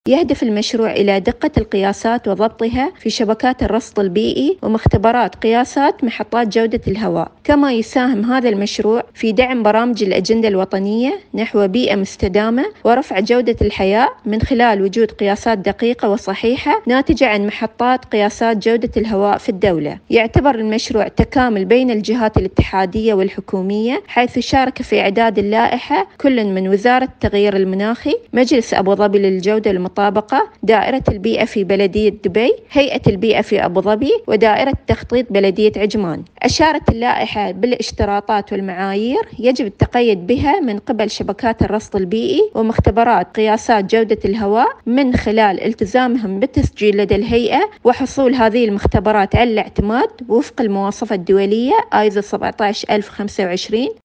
يهدف المشروع إلى دقة القياسات وضبطها في شبكات الرصد البيئي ومختبرات قياسات محطات جودة الهواء. كما يساهم هذا المشروع في دعم برامج الأجندة الوطنية نحو بيئة مستدامة ورفع جودة الحياة من خلال وجود قياسات دقيقة وصحيحة ناتجة عن محطات قياسات جودة الهواء في الدولة. يعتبر المشروع تكامل بين الجهات الاتحادية والحكومية، حيث شارك في إعداد اللائحة كل من وزارة التغيير المناخي، مجلس أبو ظبي للجودة المطابقة، دائرة البيئة في بلدية دبي، هيئة البيئة في أبو ظبي، ودائرة التخطيط بلدية عجمان. أشارت اللائحة بالاشتراطات والمعايير يجب التقيد بها من قبل شبكات الرصد البيئي ومختبرات قياسات جودة الهواء من خلال التزامهم بالتسجيل لدى الهيئة وحصول هذه المختبرات على الاعتماد وفق المواصفة الدولية ISO 17025